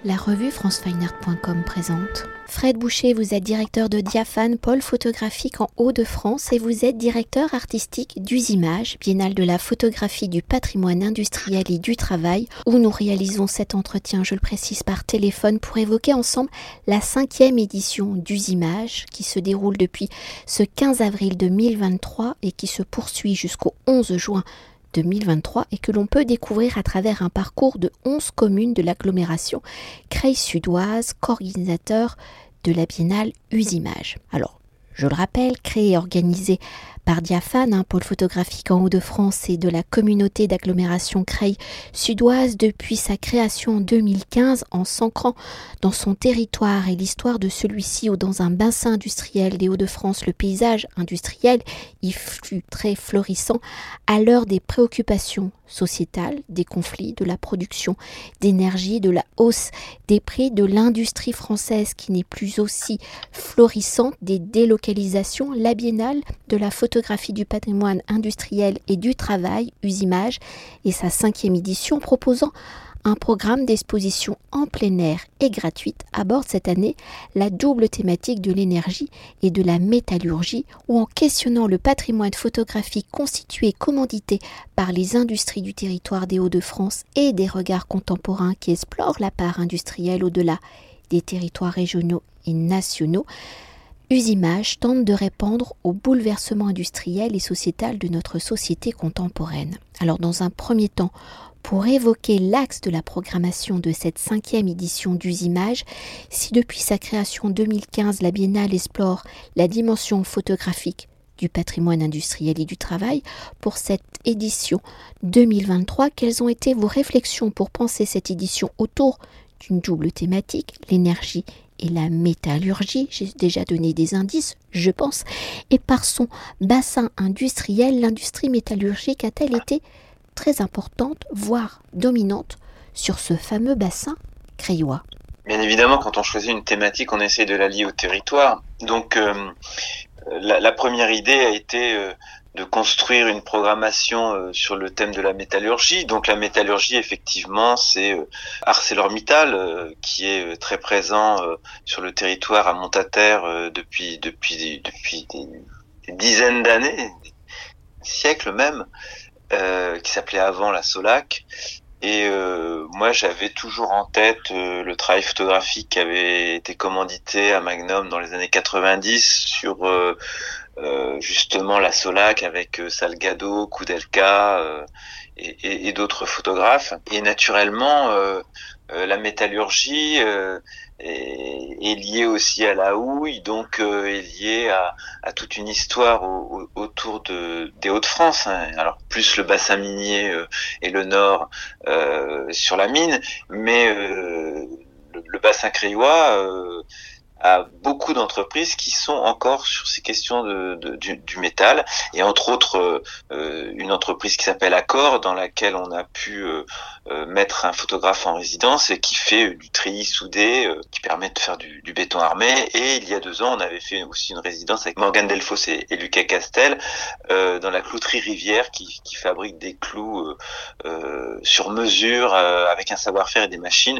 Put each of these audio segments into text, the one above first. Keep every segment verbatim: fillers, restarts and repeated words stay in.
La revue france fine art point com présente. Fred Boucher, vous êtes directeur de Diaphane, pôle photographique en Hauts-de-France, et vous êtes directeur artistique d'Usimage, biennale de la photographie du patrimoine industriel et du travail, où nous réalisons cet entretien, je le précise, par téléphone pour évoquer ensemble la cinquième édition d'Usimage, qui se déroule depuis ce quinze avril deux mille vingt-trois et qui se poursuit jusqu'au onze juin deux mille vingt-trois et que l'on peut découvrir à travers un parcours de onze communes de l'agglomération Creil-Sudoise, co-organisateur de la biennale Usimage. Alors, je le rappelle, créé et organisé par Diaphane, un pôle photographique en Hauts-de-France et de la communauté d'agglomération Creil-Sudoise depuis sa création en deux mille quinze, en s'ancrant dans son territoire et l'histoire de celui-ci ou dans un bassin industriel des Hauts-de-France, le paysage industriel y fut très florissant à l'heure des préoccupations sociétales, des conflits, de la production d'énergie, de la hausse des prix, de l'industrie française qui n'est plus aussi florissante, des délocalisations. La biennale de la photographie du patrimoine industriel et du travail, Usimage, et sa cinquième édition proposant un programme d'exposition en plein air et gratuite aborde cette année la double thématique de l'énergie et de la métallurgie, où en questionnant le patrimoine photographique constitué et commandité par les industries du territoire des Hauts-de-France et des regards contemporains qui explorent la part industrielle au-delà des territoires régionaux et nationaux, Usimage tente de répondre au bouleversement industriel et sociétal de notre société contemporaine. Alors dans un premier temps, pour évoquer l'axe de la programmation de cette cinquième édition d'Usimage, si depuis sa création en deux mille quinze, la Biennale explore la dimension photographique du patrimoine industriel et du travail, pour cette édition deux mille vingt-trois, quelles ont été vos réflexions pour penser cette édition autour d'une double thématique, l'énergie et la métallurgie? J'ai déjà donné des indices, je pense, et par son bassin industriel, l'industrie métallurgique a-t-elle été très importante, voire dominante, sur ce fameux bassin creillois? Bien évidemment, quand on choisit une thématique, on essaie de la lier au territoire. Donc, euh, la, la première idée a été euh, de construire une programmation euh, sur le thème de la métallurgie. Donc, la métallurgie, effectivement, c'est euh, ArcelorMittal, euh, qui est euh, très présent euh, sur le territoire à Montataire euh, depuis depuis depuis des, des dizaines d'années, des siècles même. Euh, qui s'appelait avant la Solac, et euh, moi j'avais toujours en tête euh, le travail photographique qui avait été commandité à Magnum dans les années quatre-vingt-dix sur euh, euh, justement la Solac avec euh, Salgado, Koudelka euh, et, et, et d'autres photographes. Et naturellement euh, euh, la métallurgie euh, est, est liée aussi à la houille, donc euh, est liée à, à toute une histoire au, au, autour de, des Hauts-de-France, hein. Alors plus le bassin minier euh, et le nord euh, sur la mine, mais euh, le, le bassin creillois euh, à beaucoup d'entreprises qui sont encore sur ces questions de, de du, du métal, et entre autres euh, une entreprise qui s'appelle Accor, dans laquelle on a pu euh, euh, mettre un photographe en résidence et qui fait euh, du treillis soudé, euh, qui permet de faire du, du béton armé. Et il y a deux ans, on avait fait aussi une résidence avec Morgane Delfosse et, et Lucas Castel euh, dans la clouterie Rivière, qui, qui fabrique des clous euh, euh, sur mesure euh, avec un savoir-faire et des machines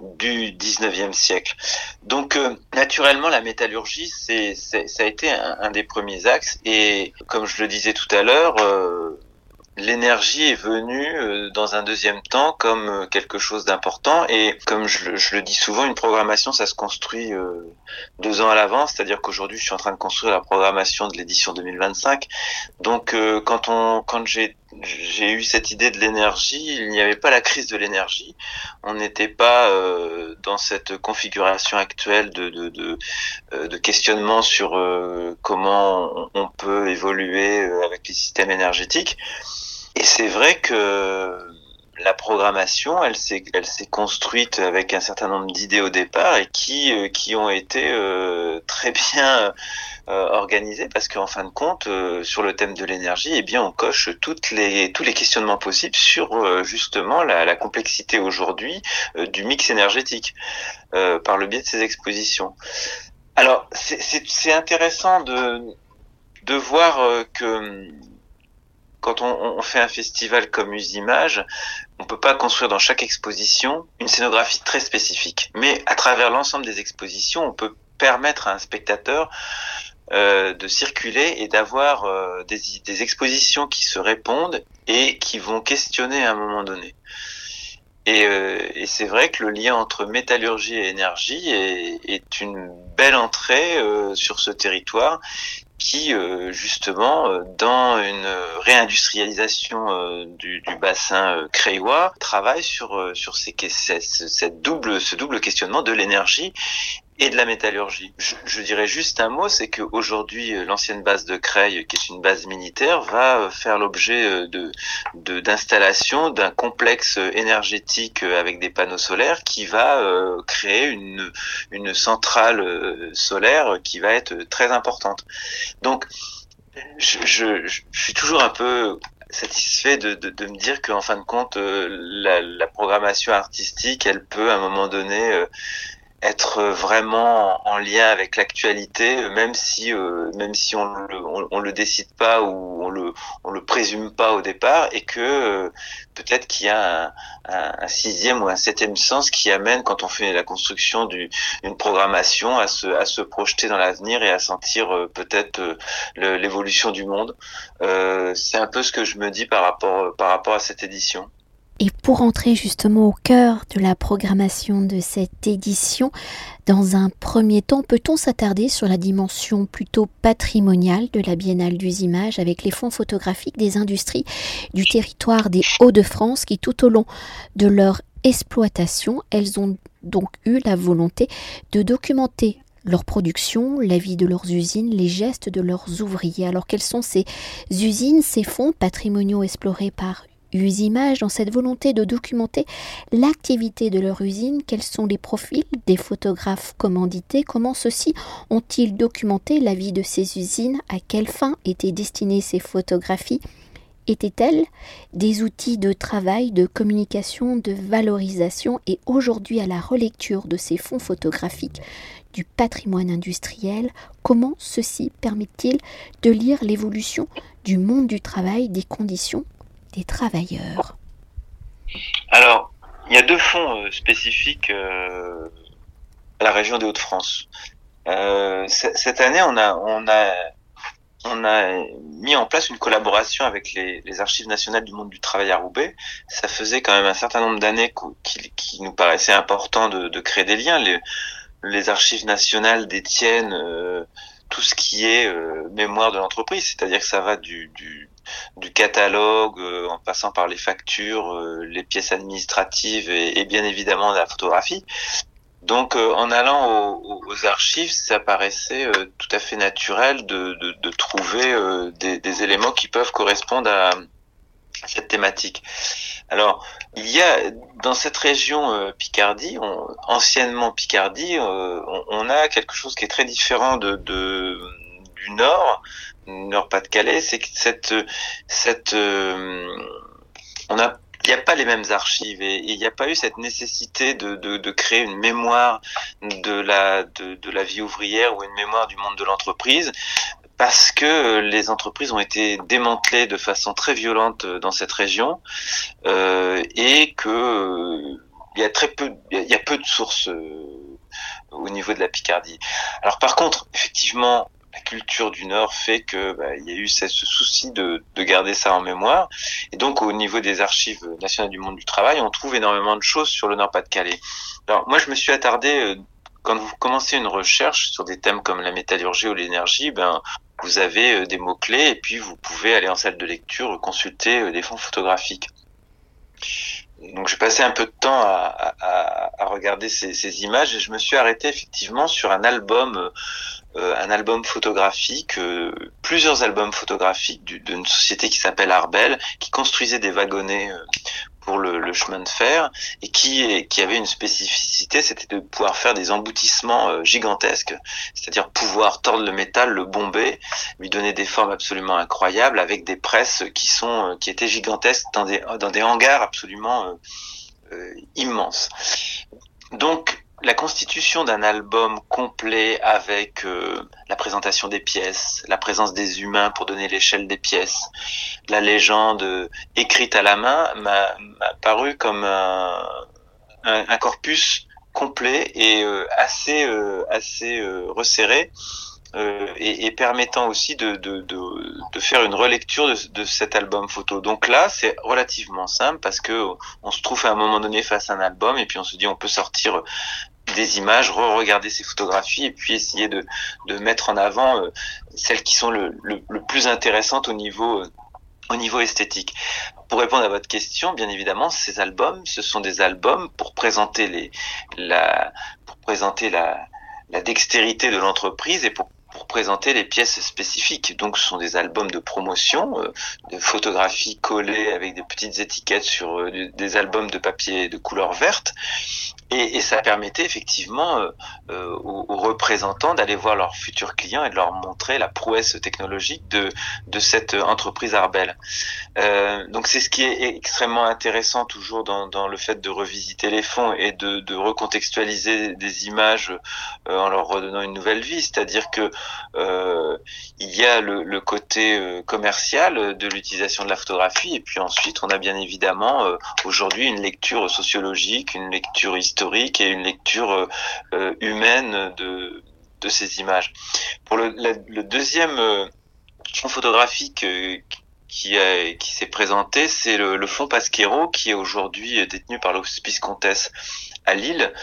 du dix-neuvième siècle. Donc euh, naturellement, la métallurgie, c'est, c'est, ça a été un, un des premiers axes, et comme je le disais tout à l'heure, euh, l'énergie est venue euh, dans un deuxième temps comme euh, quelque chose d'important. Et comme je, je le dis souvent, une programmation, ça se construit euh, deux ans à l'avance, c'est-à-dire qu'aujourd'hui, je suis en train de construire la programmation de l'édition deux mille vingt-cinq. Donc, euh, quand on, quand j'ai j'ai eu cette idée de l'énergie, il n'y avait pas la crise de l'énergie. On n'était pas euh, dans cette configuration actuelle de de, de, euh, de questionnement sur euh, comment on, on peut évoluer euh, avec les systèmes énergétiques. Et c'est vrai que la programmation, elle s'est, elle s'est construite avec un certain nombre d'idées au départ, et qui, euh, qui ont été euh, très bien euh, organisées, parce qu'en fin de compte, euh, sur le thème de l'énergie, eh bien, on coche toutes les, tous les questionnements possibles sur euh, justement la, la complexité aujourd'hui euh, du mix énergétique euh, par le biais de ces expositions. Alors, c'est, c'est, c'est intéressant de, de voir euh, que quand on, on fait un festival comme Usimage, on peut pas construire dans chaque exposition une scénographie très spécifique. Mais à travers l'ensemble des expositions, on peut permettre à un spectateur euh, de circuler et d'avoir euh, des, des expositions qui se répondent et qui vont questionner à un moment donné. Et, euh, et c'est vrai que le lien entre métallurgie et énergie est, est une belle entrée euh, sur ce territoire qui, euh, justement, euh, dans une réindustrialisation euh, du, du bassin euh, créois, travaille sur euh, sur ces, cette, cette double ce double questionnement de l'énergie et de la métallurgie. Je, je dirais juste un mot, c'est qu'aujourd'hui, l'ancienne base de Creil, qui est une base militaire, va faire l'objet de, de d'installation d'un complexe énergétique avec des panneaux solaires qui va euh, créer une, une centrale solaire qui va être très importante. Donc, je, je, je suis toujours un peu satisfait de, de, de me dire qu'en fin de compte, la, la programmation artistique, elle peut à un moment donné euh, être vraiment en lien avec l'actualité, même si euh, même si on le on, on le décide pas ou on le on le présume pas au départ, et que euh, peut-être qu'il y a un, un, un sixième ou un septième sens qui amène, quand on fait la construction du, d'une programmation, à se à se projeter dans l'avenir et à sentir euh, peut-être euh, le, l'évolution du monde. Euh, c'est un peu ce que je me dis par rapport par rapport à cette édition. Et pour entrer justement au cœur de la programmation de cette édition, dans un premier temps, peut-on s'attarder sur la dimension plutôt patrimoniale de la Biennale d'Usimage avec les fonds photographiques des industries du territoire des Hauts-de-France qui, tout au long de leur exploitation, elles ont donc eu la volonté de documenter leur production, la vie de leurs usines, les gestes de leurs ouvriers. Alors quelles sont ces usines, ces fonds patrimoniaux explorés par Usimage dans cette volonté de documenter l'activité de leur usine? Quels sont les profils des photographes commandités? Comment ceux-ci ont-ils documenté la vie de ces usines? À quelle fin étaient destinées ces photographies? Étaient-elles des outils de travail, de communication, de valorisation? Et aujourd'hui, à la relecture de ces fonds photographiques du patrimoine industriel, comment ceci permet-il de lire l'évolution du monde du travail, des conditions des travailleurs? Alors, il y a deux fonds euh, spécifiques euh, à la région des Hauts-de-France. Euh, c- cette année, on a, on a, on a mis en place une collaboration avec les, les Archives nationales du monde du travail à Roubaix. Ça faisait quand même un certain nombre d'années qui, qui nous paraissait important de, de créer des liens. Les, les Archives nationales détiennent euh, tout ce qui est euh, mémoire de l'entreprise, c'est-à-dire que ça va du, du du catalogue, euh, en passant par les factures, euh, les pièces administratives et, et bien évidemment la photographie. Donc euh, en allant aux, aux archives, ça paraissait euh, tout à fait naturel de, de, de trouver euh, des, des éléments qui peuvent correspondre à, à cette thématique. Alors, il y a dans cette région euh, Picardie, on, anciennement Picardie, euh, on, on a quelque chose qui est très différent de, de du Nord, Nord-Pas-de-Calais, c'est que cette cette euh, on a il n'y a pas les mêmes archives et il n'y a pas eu cette nécessité de, de, de créer une mémoire de la de, de la vie ouvrière ou une mémoire du monde de l'entreprise, parce que les entreprises ont été démantelées de façon très violente dans cette région euh, et que euh, il y a très peu il y a peu de sources euh, au niveau de la Picardie. Alors par contre, effectivement, la culture du Nord fait que bah, il y a eu ce, ce souci de, de garder ça en mémoire. Et donc, au niveau des archives nationales du monde du travail, on trouve énormément de choses sur le Nord-Pas-de-Calais. Alors, moi, je me suis attardé, euh, quand vous commencez une recherche sur des thèmes comme la métallurgie ou l'énergie, ben, vous avez euh, des mots-clés et puis vous pouvez aller en salle de lecture, consulter euh, des fonds photographiques. Donc j'ai passé un peu de temps à, à, à regarder ces, ces images et je me suis arrêté effectivement sur un album, euh, un album photographique, euh, plusieurs albums photographiques du, d'une société qui s'appelle Arbel, qui construisait des wagonnets euh, pour le, le chemin de fer et qui, qui avait une spécificité, c'était de pouvoir faire des emboutissements euh, gigantesques, c'est-à-dire pouvoir tordre le métal, le bomber, lui donner des formes absolument incroyables avec des presses qui sont euh, qui étaient gigantesques dans des dans des hangars absolument euh, euh, immenses. Donc La constitution d'un album complet avec euh, la présentation des pièces, la présence des humains pour donner l'échelle des pièces, la légende euh, écrite à la main m'a, m'a paru comme un, un, un corpus complet et euh, assez euh, assez euh, resserré. Euh, et, et permettant aussi de, de, de, de faire une relecture de, de cet album photo. Donc là, c'est relativement simple parce que on se trouve à un moment donné face à un album et puis on se dit on peut sortir des images, re-regarder ces photographies et puis essayer de, de mettre en avant euh, celles qui sont le, le, le plus intéressantes au niveau, euh, au niveau esthétique. Pour répondre à votre question, bien évidemment, ces albums, ce sont des albums pour présenter les, la, pour présenter la, la dextérité de l'entreprise et pour pour présenter les pièces spécifiques. Donc ce sont des albums de promotion, euh, de photographies collées avec des petites étiquettes sur euh, des albums de papier de couleur verte. Et, et ça permettait effectivement euh, euh, aux, aux représentants d'aller voir leurs futurs clients et de leur montrer la prouesse technologique de, de cette entreprise Arbel. Euh, donc c'est ce qui est extrêmement intéressant toujours dans, dans le fait de revisiter les fonds et de, de recontextualiser des images euh, en leur redonnant une nouvelle vie. C'est-à-dire que euh, il y a le, le côté euh, commercial de l'utilisation de la photographie et puis ensuite on a bien évidemment euh, aujourd'hui une lecture sociologique, une lecture historique et une lecture euh, humaine de, de ces images. Pour le, la, le deuxième euh, fonds photographique euh, qui, a, qui s'est présenté, c'est le, le fonds Pasquero qui est aujourd'hui détenu par l'Hospice Comtesse à Lille.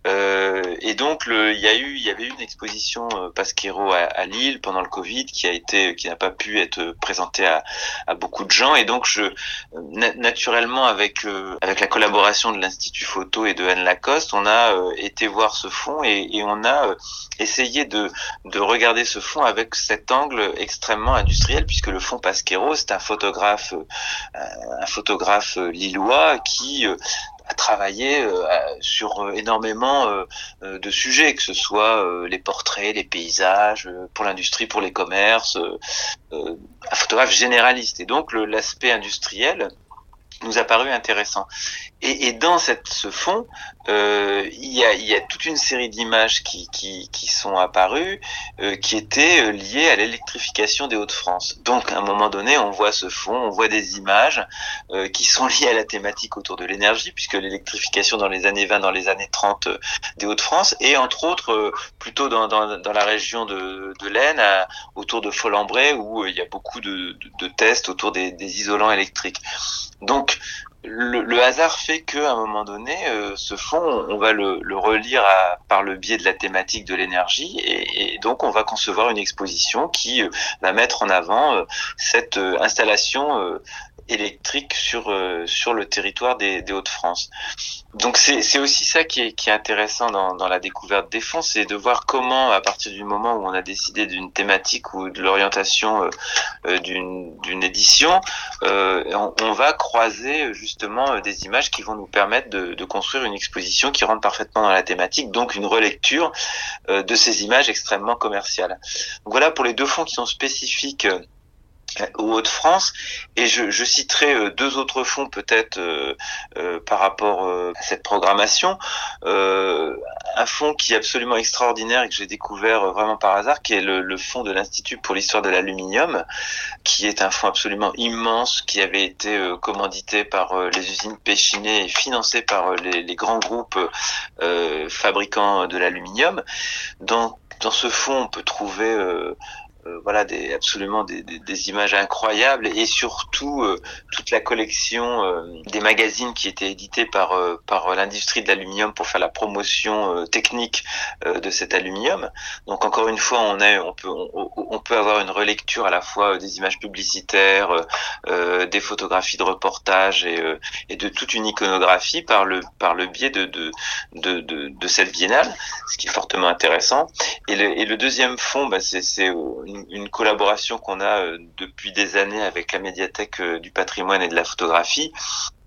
Euh, et donc le, il y a eu, il y avait eu une exposition euh, Pasquero à, à Lille pendant le Covid qui a été, qui n'a pas pu être présentée à, à beaucoup de gens. Et donc je, na- naturellement avec euh, avec la collaboration de l'Institut Photo et de Anne Lacoste, on a euh, été voir ce fonds et, et on a euh, essayé de de regarder ce fonds avec cet angle extrêmement industriel puisque le fonds Pasquero c'est un photographe, euh, un photographe lillois qui euh, à travailler euh, sur euh, énormément euh, de sujets, que ce soit euh, les portraits, les paysages, euh, pour l'industrie, pour les commerces, euh, euh, un photographe généraliste. Et donc le, l'aspect industriel nous a paru intéressant. Et, et dans cette, ce fond, euh, il y a, il y a toute une série d'images qui, qui, qui sont apparues, euh, qui étaient liées à l'électrification des Hauts-de-France. Donc, à un moment donné, on voit ce fond, on voit des images euh, qui sont liées à la thématique autour de l'énergie, puisque l'électrification dans les années vingt, dans les années trente euh, des Hauts-de-France, et entre autres, euh, plutôt dans, dans, dans la région de, de l'Aisne, à, autour de Follambray, où euh, il y a beaucoup de, de, de tests autour des, des isolants électriques. Donc, le, le hasard fait qu'à un moment donné, euh, ce fonds, on va le, le relire à, par le biais de la thématique de l'énergie, et, et donc on va concevoir une exposition qui euh, va mettre en avant euh, cette euh, installation euh, électrique sur euh, sur le territoire des, des Hauts-de-France. Donc c'est c'est aussi ça qui est qui est intéressant dans dans la découverte des fonds, c'est de voir comment à partir du moment où on a décidé d'une thématique ou de l'orientation euh, d'une d'une édition, euh, on, on va croiser justement des images qui vont nous permettre de de construire une exposition qui rentre parfaitement dans la thématique, donc une relecture euh, de ces images extrêmement commerciales. Donc voilà pour les deux fonds qui sont spécifiques euh, aux Hauts-de-France, et je, je citerai euh, deux autres fonds peut-être euh, euh, par rapport euh, à cette programmation. Euh, un fonds qui est absolument extraordinaire et que j'ai découvert euh, vraiment par hasard, qui est le, le fonds de l'Institut pour l'histoire de l'aluminium, qui est un fonds absolument immense, qui avait été euh, commandité par euh, les usines Péchinet et financé par euh, les, les grands groupes euh, fabricants de l'aluminium. Dans, dans ce fonds, on peut trouver euh, Euh, voilà des absolument des, des, des images incroyables et surtout euh, toute la collection euh, des magazines qui étaient édités par euh, par l'industrie de l'aluminium pour faire la promotion euh, technique euh, de cet aluminium. Donc encore une fois, on a on peut on, on peut avoir une relecture à la fois des images publicitaires, euh, des photographies de reportage et euh, et de toute une iconographie par le par le biais de de de de, de cette biennale, ce qui est fortement intéressant. Et le et le deuxième fonds, bah c'est c'est une une collaboration qu'on a euh, depuis des années avec la médiathèque euh, du patrimoine et de la photographie,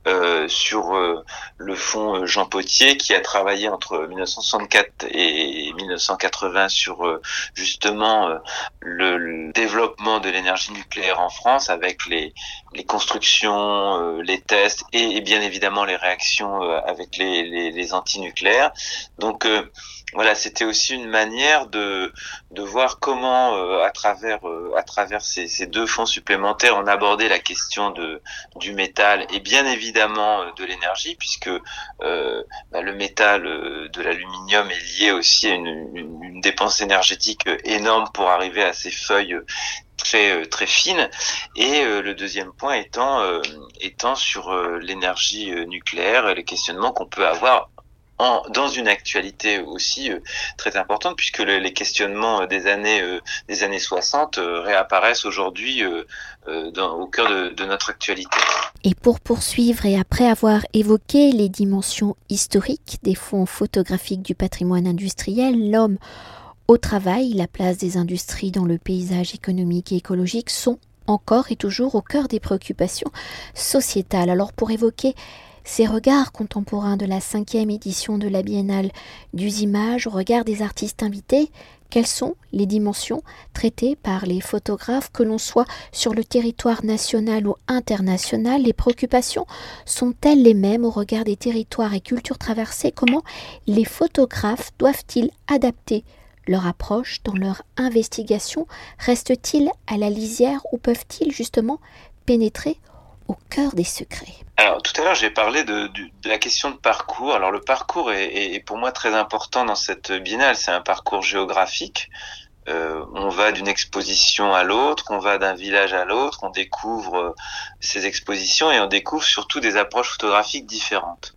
euh, sur euh, le fonds Jean Potier, qui a travaillé entre mille neuf cent soixante-quatre et mille neuf cent quatre-vingts sur euh, justement euh, le, le développement de l'énergie nucléaire en France, avec les, les constructions, euh, les tests et, et bien évidemment les réactions euh, avec les, les, les antinucléaires. Donc euh, voilà, c'était aussi une manière de de voir comment euh, à travers euh, à travers ces, ces deux fonds supplémentaires on abordait la question de du métal et bien évidemment euh, de l'énergie, puisque euh, bah, le métal euh, de l'aluminium est lié aussi à une, une, une dépense énergétique énorme pour arriver à ces feuilles très très fines. Et euh, le deuxième point étant euh, étant sur euh, l'énergie euh, nucléaire, les questionnements qu'on peut avoir En, dans une actualité aussi euh, très importante, puisque le, les questionnements des années euh, des années soixante euh, réapparaissent aujourd'hui euh, euh, dans, au cœur de, de notre actualité. Et pour poursuivre, et après avoir évoqué les dimensions historiques des fonds photographiques du patrimoine industriel, l'homme au travail, la place des industries dans le paysage économique et écologique sont encore et toujours au cœur des préoccupations sociétales. Alors pour évoquer ces regards contemporains de la cinquième édition de la Biennale d'Usimage, au regard des artistes invités, quelles sont les dimensions traitées par les photographes, que l'on soit sur le territoire national ou international? Les préoccupations sont-elles les mêmes au regard des territoires et cultures traversées? Comment les photographes doivent-ils adapter leur approche dans leur investigation? Restent-ils à la lisière ou peuvent-ils justement pénétrer au cœur des secrets? Alors tout à l'heure j'ai parlé de, de, de la question de parcours. Alors le parcours est, est, est pour moi très important dans cette biennale. C'est un parcours géographique. Euh, on va d'une exposition à l'autre, on va d'un village à l'autre, on découvre euh, ces expositions et on découvre surtout des approches photographiques différentes.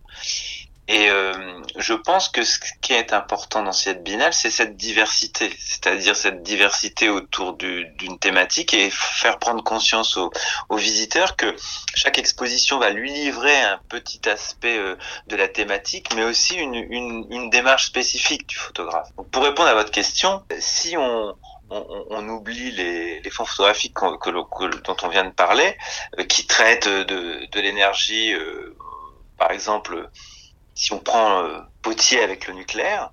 Et euh, je pense que ce qui est important dans cette biennale, c'est cette diversité, c'est-à-dire cette diversité autour du, d'une thématique, et faire prendre conscience aux, aux visiteurs que chaque exposition va lui livrer un petit aspect euh, de la thématique, mais aussi une, une, une démarche spécifique du photographe. Donc, pour répondre à votre question, si on On, on oublie les, les fonds photographiques que, que, que, dont on vient de parler, euh, qui traitent de, de l'énergie, euh, par exemple. Si on prend euh, Potier avec le nucléaire,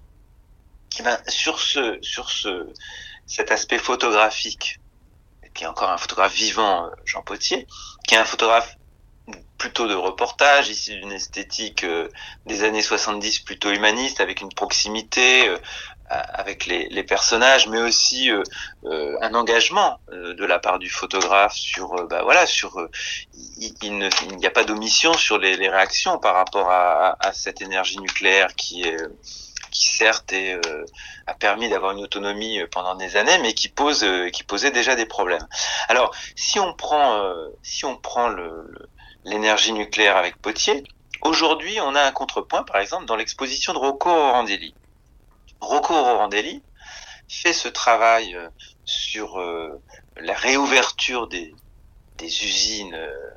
eh ben, sur ce, sur ce, cet aspect photographique, qui est encore un photographe vivant, Jean Potier, qui est un photographe plutôt de reportage, issu d'une esthétique euh, des années soixante-dix plutôt humaniste, avec une proximité euh, avec les, les personnages, mais aussi euh, euh, un engagement euh, de la part du photographe sur, euh, bah voilà, sur, euh, il, il, ne, il n'y a pas d'omission sur les, les réactions par rapport à, à, à cette énergie nucléaire qui est, qui certes est, euh, a permis d'avoir une autonomie pendant des années, mais qui pose, euh, qui posait déjà des problèmes. Alors, si on prend, euh, si on prend le, le, l'énergie nucléaire avec Potier, aujourd'hui, on a un contrepoint, par exemple, dans l'exposition de Rocco Rorandelli. Rocco Rorandelli fait ce travail sur euh, la réouverture des, des usines euh,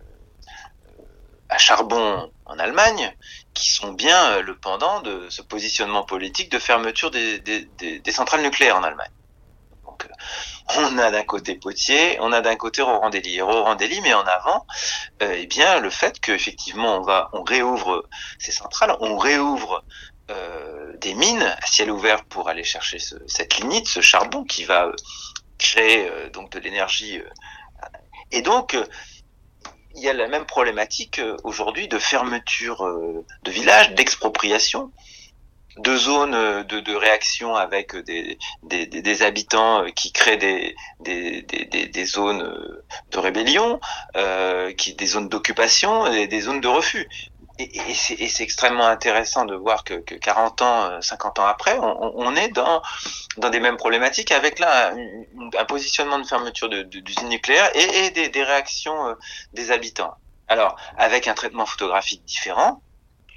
à charbon en Allemagne, qui sont bien le pendant de ce positionnement politique de fermeture des, des, des, des centrales nucléaires en Allemagne. Donc, on a d'un côté Potier, on a d'un côté Rorandelli. Et Rorandelli met en avant euh, eh bien, le fait qu'effectivement, on, va, on réouvre ces centrales, on réouvre Euh, des mines à ciel ouvert pour aller chercher ce, cette lignite, ce charbon qui va euh, créer euh, donc de l'énergie. Euh, et donc, euh, il y a la même problématique euh, aujourd'hui de fermeture euh, de villages, d'expropriation, de zones de, de réaction avec des, des, des habitants qui créent des, des, des, des zones de rébellion, euh, qui, des zones d'occupation et des zones de refus. Et, et, c'est, et c'est extrêmement intéressant de voir que, que quarante ans, cinquante ans après, on, on est dans, dans des mêmes problématiques, avec là un, un positionnement de fermeture de, de, d'usines nucléaires et, et des, des réactions euh, des habitants. Alors, avec un traitement photographique différent,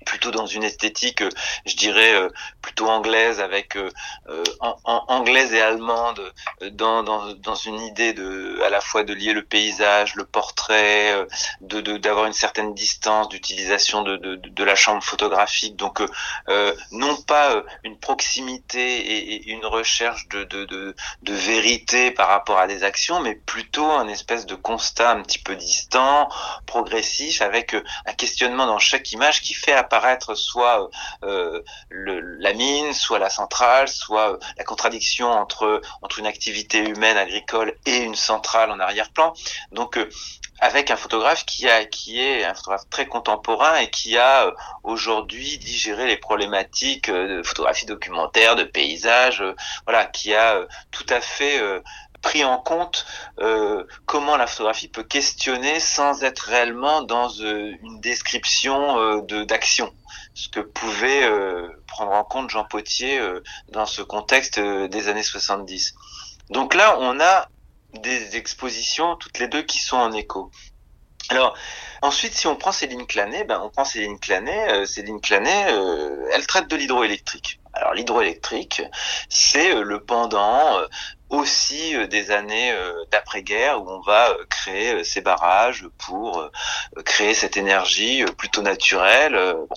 plutôt dans une esthétique, je dirais, plutôt anglaise, avec euh, en, en, anglaise et allemande, dans, dans, dans une idée de, à la fois de lier le paysage, le portrait, de, de, d'avoir une certaine distance d'utilisation de, de, de la chambre photographique. Donc, euh, non pas une proximité et, et une recherche de, de, de, de vérité par rapport à des actions, mais plutôt un espèce de constat un petit peu distant, progressif, avec un questionnement dans chaque image qui fait apparaître apparaître soit euh, le, la mine, soit la centrale, soit euh, la contradiction entre entre une activité humaine agricole et une centrale en arrière-plan. Donc euh, avec un photographe qui a qui est un photographe très contemporain et qui a euh, aujourd'hui digéré les problématiques euh, de photographie documentaire, de paysage, euh, voilà, qui a euh, tout à fait euh, pris en compte euh, comment la photographie peut questionner sans être réellement dans euh, une description euh, de d'action, ce que pouvait euh, prendre en compte Jean Pottier euh, dans ce contexte euh, des années soixante-dix. Donc là, on a des expositions toutes les deux qui sont en écho. Alors ensuite, si on prend Céline Clanet, ben on prend Céline Clanet. Euh, Céline Clanet, euh, elle traite de l'hydroélectrique. Alors l'hydroélectrique, c'est euh, le pendant euh, aussi euh, des années euh, d'après-guerre où on va euh, créer euh, ces barrages pour euh, créer cette énergie euh, plutôt naturelle. Euh, bon.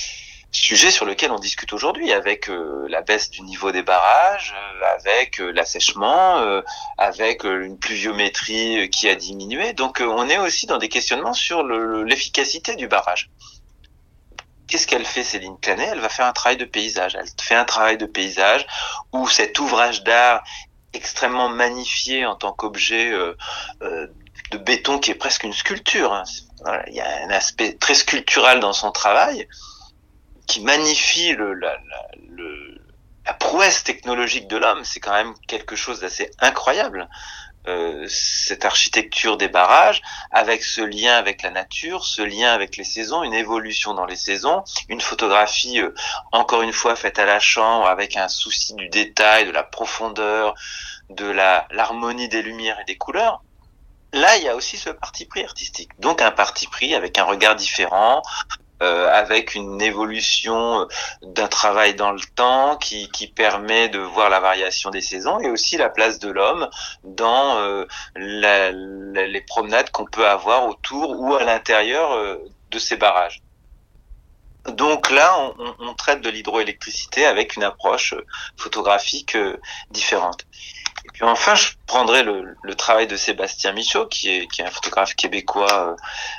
Sujet sur lequel on discute aujourd'hui, avec euh, la baisse du niveau des barrages, euh, avec euh, l'assèchement, euh, avec euh, une pluviométrie euh, qui a diminué. Donc euh, on est aussi dans des questionnements sur le, l'efficacité du barrage. Qu'est-ce qu'elle fait, Céline Clanet ? Elle va faire un travail de paysage. Elle fait un travail de paysage où cet ouvrage d'art extrêmement magnifié en tant qu'objet euh, euh, de béton qui est presque une sculpture. Hein. Voilà, il y a un aspect très sculptural dans son travail, qui magnifie le, la, la, le, la prouesse technologique de l'homme. C'est quand même quelque chose d'assez incroyable. Euh, cette architecture des barrages, avec ce lien avec la nature, ce lien avec les saisons, une évolution dans les saisons, une photographie, euh, encore une fois, faite à la chambre, avec un souci du détail, de la profondeur, de la, l'harmonie des lumières et des couleurs. Là, il y a aussi ce parti pris artistique. Donc un parti pris avec un regard différent, Euh, avec une évolution d'un travail dans le temps qui, qui permet de voir la variation des saisons et aussi la place de l'homme dans euh, la, la, les promenades qu'on peut avoir autour ou à l'intérieur euh, de ces barrages. Donc là, on, on traite de l'hydroélectricité avec une approche photographique euh, différente. Et puis enfin, je prendrai le, le travail de Sébastien Michaud, qui est, qui est un photographe québécois euh,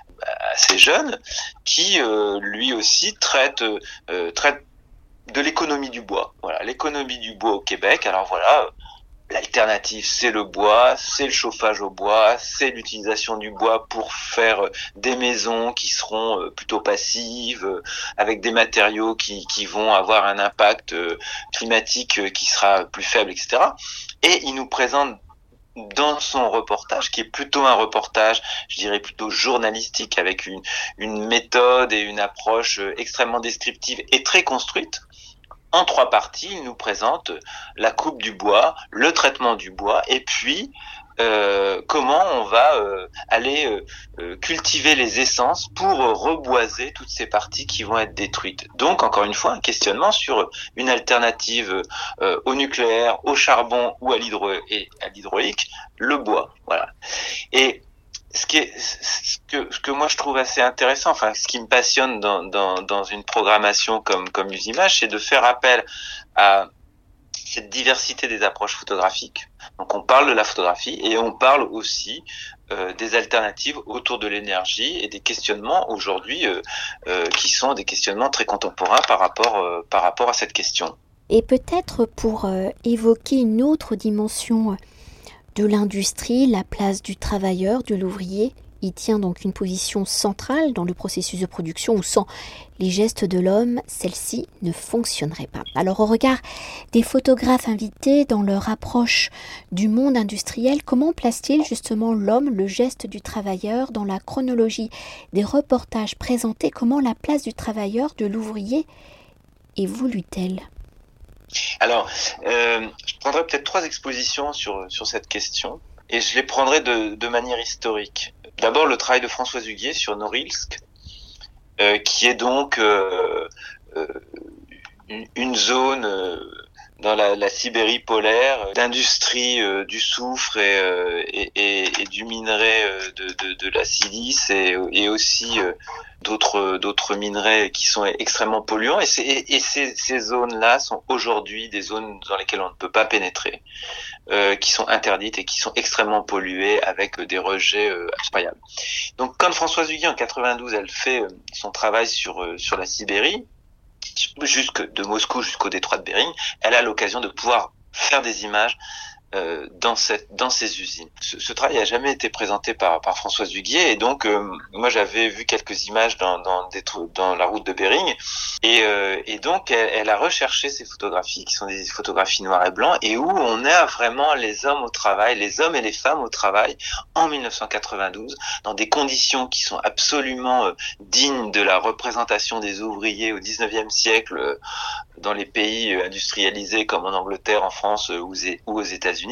assez jeune, qui euh, lui aussi traite euh, traite de l'économie du bois. Voilà, l'économie du bois au Québec. Alors voilà, l'alternative, c'est le bois, c'est le chauffage au bois, c'est l'utilisation du bois pour faire des maisons qui seront plutôt passives, avec des matériaux qui, qui vont avoir un impact climatique qui sera plus faible, et cetera. Et il nous présente dans son reportage, qui est plutôt un reportage, je dirais plutôt journalistique, avec une, une méthode et une approche extrêmement descriptive et très construite. En trois parties, il nous présente la coupe du bois, le traitement du bois, et puis euh, comment on va euh, aller euh, cultiver les essences pour reboiser toutes ces parties qui vont être détruites. Donc, encore une fois, un questionnement sur une alternative euh, au nucléaire, au charbon ou à l'hydro et à l'hydraulique, le bois. Voilà. Et ce qui est, ce que, ce que moi je trouve assez intéressant, enfin, ce qui me passionne dans, dans, dans une programmation comme, comme Usimage, c'est de faire appel à cette diversité des approches photographiques. Donc on parle de la photographie et on parle aussi euh, des alternatives autour de l'énergie et des questionnements aujourd'hui euh, euh, qui sont des questionnements très contemporains par rapport, euh, par rapport à cette question. Et peut-être pour euh, évoquer une autre dimension de l'industrie, la place du travailleur, de l'ouvrier, il tient donc une position centrale dans le processus de production où sans les gestes de l'homme, celle-ci ne fonctionnerait pas. Alors au regard des photographes invités dans leur approche du monde industriel, comment place-t-il justement l'homme, le geste du travailleur dans la chronologie des reportages présentés? Comment la place du travailleur, de l'ouvrier évolue-t-elle? Alors, euh, je prendrai peut-être trois expositions sur sur cette question et je les prendrai de, de manière historique. D'abord, le travail de Françoise Huguier sur Norilsk, euh, qui est donc euh, euh, une, une zone euh, dans la, la Sibérie polaire d'industrie euh, du soufre et, euh, et, et, et du minerai euh, de, de, de la silice et, et aussi euh, d'autres d'autres minerais qui sont extrêmement polluants. Et, et, et ces, ces zones-là sont aujourd'hui des zones dans lesquelles on ne peut pas pénétrer, euh, qui sont interdites et qui sont extrêmement polluées avec des rejets euh, incroyables. Donc quand Françoise Huguet en quatre-vingt-douze, elle fait euh, son travail sur euh, sur la Sibérie, jusque de Moscou jusqu'au détroit de Bering, elle a l'occasion de pouvoir faire des images euh, dans cette dans ces usines. Ce, ce travail n'a jamais été présenté par par Françoise Huguet, et donc euh, moi j'avais vu quelques images dans dans des dans la route de Bering, et euh, et donc elle, elle a recherché ces photographies qui sont des photographies noir et blanc, et où on a vraiment les hommes au travail, les hommes et les femmes au travail en mille neuf cent quatre-vingt-douze, dans des conditions qui sont absolument euh, dignes de la représentation des ouvriers au dix-neuvième siècle euh, dans les pays industrialisés comme en Angleterre, en France euh, ou aux États-Unis.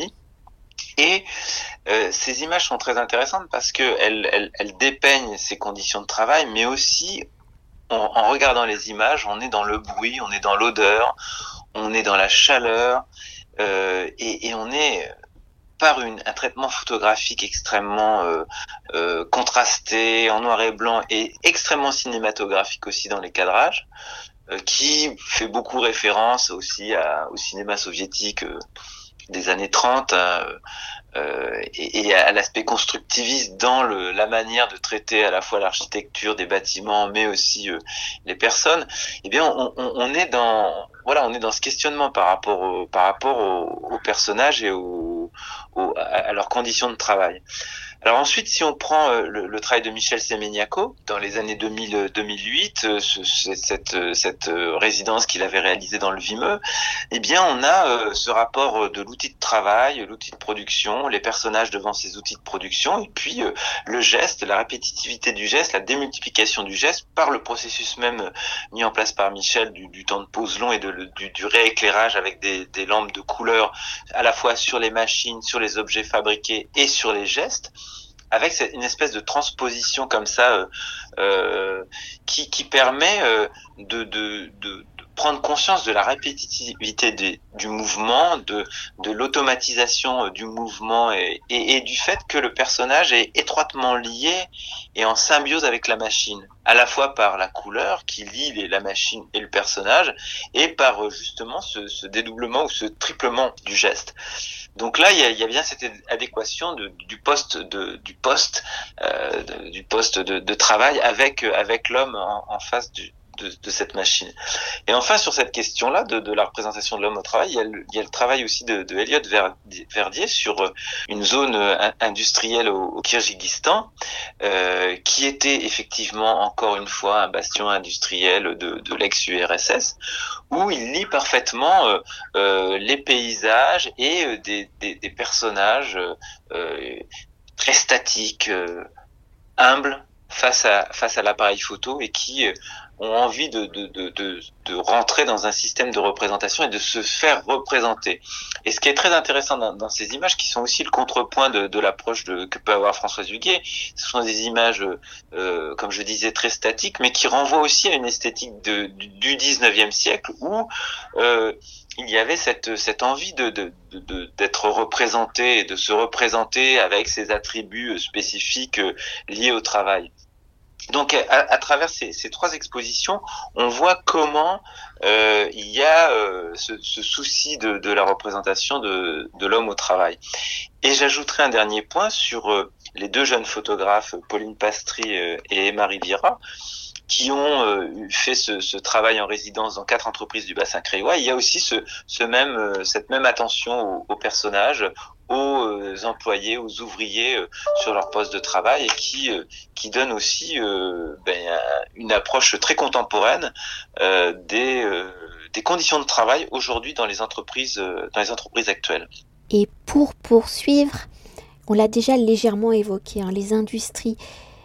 Et euh, ces images sont très intéressantes parce que elles, elles, elles dépeignent ces conditions de travail, mais aussi en, en regardant les images, on est dans le bruit, on est dans l'odeur, on est dans la chaleur, euh, et, et on est par une, un traitement photographique extrêmement euh, euh, contrasté, en noir et blanc, et extrêmement cinématographique aussi dans les cadrages, euh, qui fait beaucoup référence aussi à, au cinéma soviétique euh, des années trente, hein, euh, et, et à l'aspect constructiviste dans le, la manière de traiter à la fois l'architecture des bâtiments, mais aussi euh, les personnes. Eh bien, on, on, on est dans, voilà, on est dans ce questionnement par rapport au, par rapport aux, aux personnages et aux, aux, à leurs conditions de travail. Alors ensuite, si on prend euh, le, le travail de Michel Semeniaco dans les années deux mille deux mille huit, euh, ce, cette, cette euh, résidence qu'il avait réalisée dans le Vimeux, eh bien on a euh, ce rapport de l'outil de travail, l'outil de production, les personnages devant ces outils de production, et puis euh, le geste, la répétitivité du geste, la démultiplication du geste par le processus même mis en place par Michel du, du temps de pause long et de, du, du rééclairage avec des, des lampes de couleur à la fois sur les machines, sur les objets fabriqués et sur les gestes, avec une espèce de transposition comme ça euh, euh, qui, qui permet euh, de, de, de, de prendre conscience de la répétitivité de, du mouvement, de, de l'automatisation du mouvement et, et, et du fait que le personnage est étroitement lié et en symbiose avec la machine, à la fois par la couleur qui lie les, la machine et le personnage, et par justement ce, ce dédoublement ou ce triplement du geste. Donc là, il y a, il y a bien cette adéquation de, du poste de, du poste, euh, de, du poste de, de travail avec avec l'homme en, en face du, de, de cette machine. Et enfin, sur cette question-là de, de la représentation de l'homme au travail, il y a le, il y a le travail aussi de, de Elliot Verdier sur une zone industrielle au, au Kirghizistan, euh, qui était effectivement encore une fois un bastion industriel de, de l'ex-U R S S, où il lie parfaitement euh, euh, les paysages et euh, des, des, des personnages euh, très statiques, euh, humbles face à face à l'appareil photo, et qui euh, ont envie de, de de de de rentrer dans un système de représentation et de se faire représenter. Et ce qui est très intéressant dans, dans ces images, qui sont aussi le contrepoint de, de l'approche de, que peut avoir Françoise Huguet, ce sont des images, euh, comme je disais, très statiques, mais qui renvoient aussi à une esthétique de, du dix-neuvième siècle, où euh, il y avait cette cette envie de, de, de d'être représenté et de se représenter avec ses attributs spécifiques liés au travail. Donc, à, à travers ces, ces trois expositions, on voit comment euh, il y a euh, ce, ce souci de, de la représentation de, de l'homme au travail. Et j'ajouterai un dernier point sur euh, les deux jeunes photographes, Pauline Pastry euh, et Emma Riviera, qui ont euh, fait ce, ce travail en résidence dans quatre entreprises du bassin créois. Il y a aussi ce, ce même, euh, cette même attention aux, aux personnages, aux euh, employés, aux ouvriers euh, sur leur poste de travail, et qui euh, qui donne aussi euh, ben, une approche très contemporaine euh, des euh, des conditions de travail aujourd'hui dans les entreprises euh, dans les entreprises actuelles. Et pour poursuivre, on l'a déjà légèrement évoqué, hein, les industries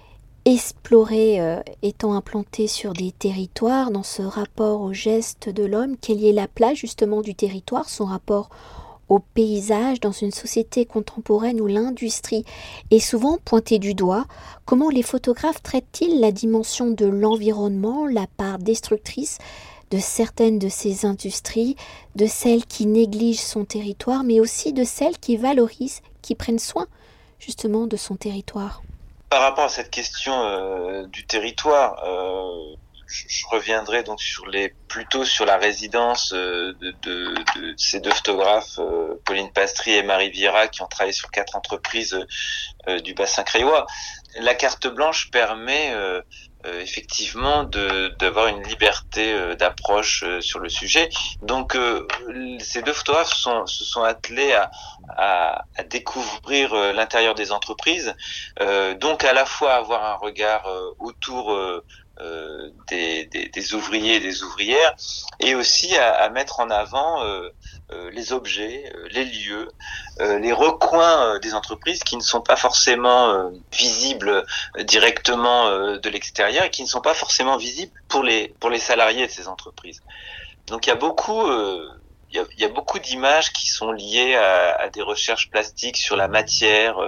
explorées euh, étant implantées sur des territoires, dans ce rapport au geste de l'homme, quelle est la place justement du territoire, son rapport au paysage dans une société contemporaine où l'industrie est souvent pointée du doigt, comment les photographes traitent-ils la dimension de l'environnement, la part destructrice de certaines de ces industries, de celles qui négligent son territoire, mais aussi de celles qui valorisent, qui prennent soin justement de son territoire? Par rapport à cette question euh, du territoire, euh, je, je reviendrai donc sur les plutôt sur la résidence euh, de, de, de ces deux photographes, euh, Pauline Pastry et Marie Vieira, qui ont travaillé sur quatre entreprises euh, du bassin créois. La carte blanche permet euh, euh, effectivement de d'avoir une liberté euh, d'approche euh, sur le sujet. Donc euh, ces deux photographes sont, se sont attelés à, à, à découvrir euh, l'intérieur des entreprises, euh, donc à la fois avoir un regard euh, autour euh, euh, des, des, des ouvriers et des ouvrières, et aussi à, à mettre en avant euh, euh, les objets, euh, les lieux, euh, les recoins euh, des entreprises qui ne sont pas forcément euh, visibles euh, directement euh, de l'extérieur et qui ne sont pas forcément visibles pour les pour les salariés de ces entreprises. Donc il y a beaucoup euh, il y a, il y a beaucoup d'images qui sont liées à, à des recherches plastiques sur la matière,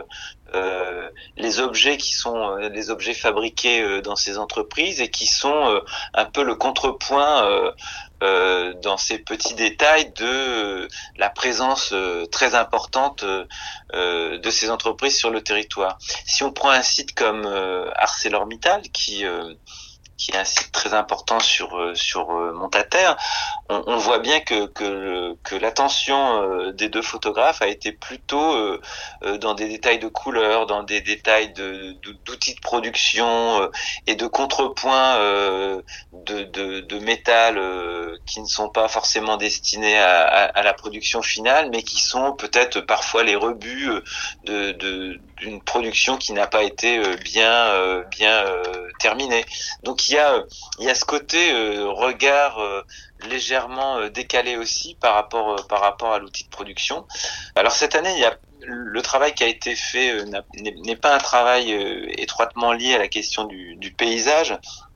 euh, les objets qui sont euh, les objets fabriqués euh, dans ces entreprises et qui sont euh, un peu le contrepoint euh, euh, dans ces petits détails de euh, la présence euh, très importante euh, de ces entreprises sur le territoire. Si on prend un site comme euh, ArcelorMittal, qui euh, qui est un site très important sur sur Montataire, on, on voit bien que que, que l'attention euh, des deux photographes a été plutôt euh, dans des détails de couleurs, dans des détails de, de d'outils de production euh, et de contrepoints euh, de, de de métal euh, qui ne sont pas forcément destinés à, à, à la production finale, mais qui sont peut-être parfois les rebuts de de d'une production qui n'a pas été bien euh, bien euh, terminée. Donc il y a il y a ce côté euh, regard euh, légèrement euh, décalé aussi par rapport euh, par rapport à l'outil de production. Alors cette année, il y a le travail qui a été fait euh, n'est, n'est pas un travail euh, étroitement lié à la question du, du paysage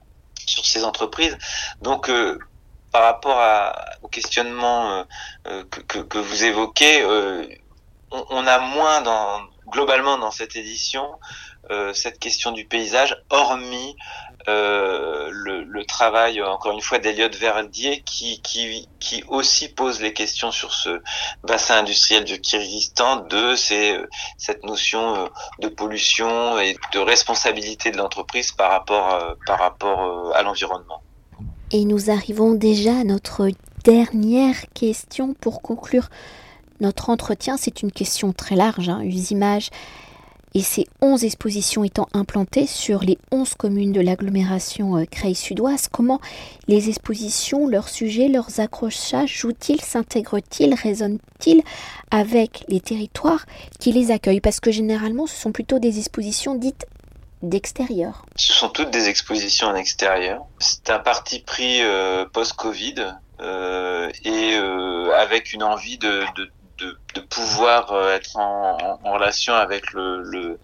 sur ces entreprises. Donc euh, par rapport à, au questionnement euh, que, que, que vous évoquez, euh, on, on a moins dans globalement dans cette édition euh, cette question du paysage, hormis euh, le, le travail encore une fois d'Eliott Verdier qui qui qui aussi pose les questions sur ce bassin industriel du Kirghizistan, de ces cette notion de pollution et de responsabilité de l'entreprise par rapport par rapport à l'environnement. Et nous arrivons déjà à notre dernière question pour conclure notre entretien. C'est une question très large, hein, Usimage et ces onze expositions étant implantées sur les onze communes de l'agglomération euh, Creil-Sud-Ouest. Comment les expositions, leurs sujets, leurs accrochages jouent-ils, s'intègrent-ils, résonnent-ils avec les territoires qui les accueillent? Parce que généralement, ce sont plutôt des expositions dites d'extérieur. Ce sont toutes des expositions en extérieur. C'est un parti pris euh, post-Covid euh, et euh, avec une envie de, de De, de pouvoir euh, être en, en, en relation avec le, le,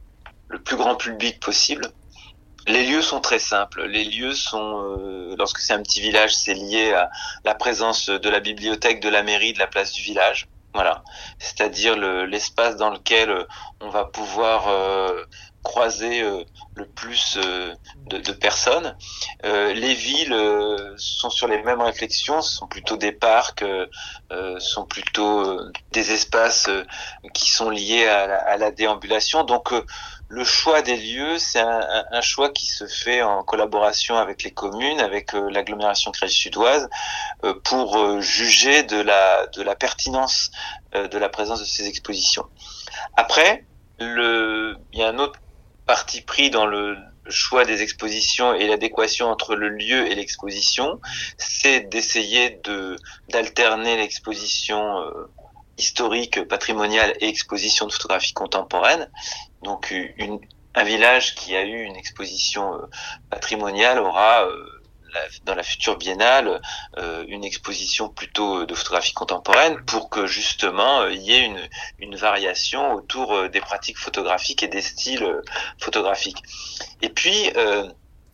le plus grand public possible. Les lieux sont très simples. Les lieux sont, euh, lorsque c'est un petit village, c'est lié à la présence de la bibliothèque, de la mairie, de la place du village. Voilà, c'est-à-dire le, l'espace dans lequel on va pouvoir euh, croiser euh, le plus euh, de, de personnes. Euh, les villes euh, sont sur les mêmes réflexions, ce sont plutôt des parcs, euh, euh, sont plutôt euh, des espaces euh, qui sont liés à la, à la déambulation. Donc euh, le choix des lieux, c'est un, un, un choix qui se fait en collaboration avec les communes, avec euh, l'agglomération Creil-Sud-Ouest, euh, pour euh, juger de la de la pertinence euh, de la présence de ces expositions. Après, le il y a un autre parti pris dans le choix des expositions et l'adéquation entre le lieu et l'exposition, c'est d'essayer de d'alterner l'exposition euh, historique, patrimoniale et exposition de photographie contemporaine. Donc une, un village qui a eu une exposition euh, patrimoniale aura euh, la, dans la future biennale euh, une exposition plutôt de photographie contemporaine pour que justement il euh, y ait une, une variation autour euh, des pratiques photographiques et des styles euh, photographiques. Et puis euh,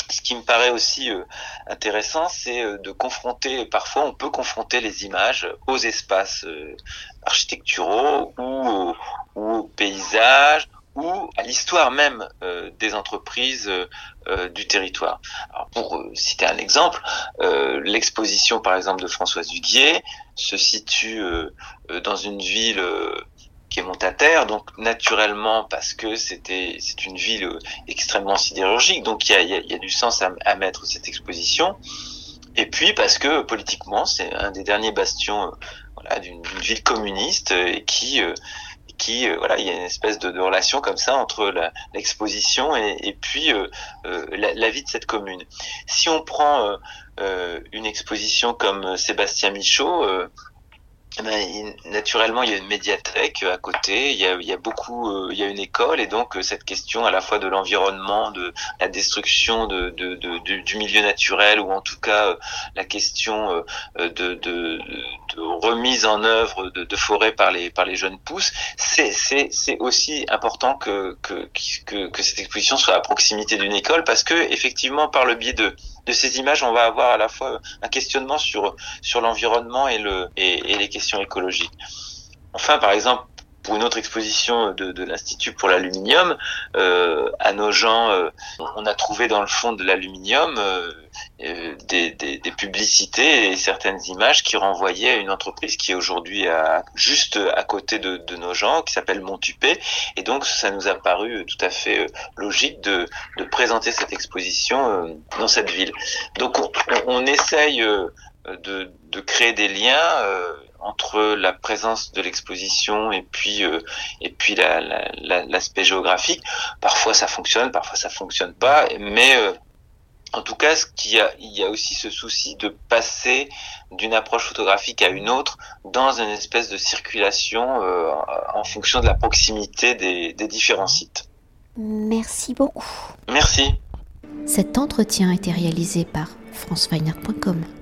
Ce qui me paraît aussi euh, intéressant, c'est euh, de confronter, parfois on peut confronter les images aux espaces euh, architecturaux ou, au- ou aux paysages ou à l'histoire même euh, des entreprises euh, euh, du territoire. Alors pour euh, citer un exemple, euh, l'exposition par exemple de Françoise Huguier se situe euh, euh, dans une ville euh, qui est Montataire, donc naturellement parce que c'était c'est une ville euh, extrêmement sidérurgique, donc il y a, y, a, y a du sens à, à mettre cette exposition. Et puis parce que politiquement, c'est un des derniers bastions euh, voilà, d'une, d'une ville communiste euh, et qui euh, qui euh, voilà, il y a une espèce de, de relation comme ça entre la, l'exposition et, et puis euh, euh, la, la vie de cette commune. Si on prend euh, euh, une exposition comme Sébastien Michaud, euh, eh ben, il- naturellement, il y a une médiathèque à côté, il y a, il y a beaucoup, euh, il y a une école, et donc euh, cette question à la fois de l'environnement, de la destruction de, de, de- du, du milieu naturel, ou en tout cas euh, la question euh, de, de, de remise en œuvre de, de forêts par les par les jeunes pousses, c'est c'est c'est aussi important que que que que cette exposition soit à proximité d'une école, parce que effectivement, par le biais de de ces images, on va avoir à la fois un questionnement sur sur l'environnement et le et, et les questions écologiques. Enfin, par exemple, pour une autre exposition de, de l'Institut pour l'aluminium, euh, à Nogent, euh, on a trouvé dans le fond de l'aluminium euh, euh, des, des, des publicités et certaines images qui renvoyaient à une entreprise qui est aujourd'hui à, juste à côté de, de Nogent, qui s'appelle Montupet. Et donc, ça nous a paru tout à fait logique de, de présenter cette exposition euh, dans cette ville. Donc, on, on essaye euh, de, de créer des liens euh, entre la présence de l'exposition et puis euh, et puis la, la, la, l'aspect géographique. Parfois ça fonctionne, parfois ça fonctionne pas, mais euh, en tout cas, ce qu'il y a, il y a aussi ce souci de passer d'une approche photographique à une autre dans une espèce de circulation euh, en fonction de la proximité des, des différents sites. Merci beaucoup. Merci. Cet entretien a été réalisé par franceweiner point com.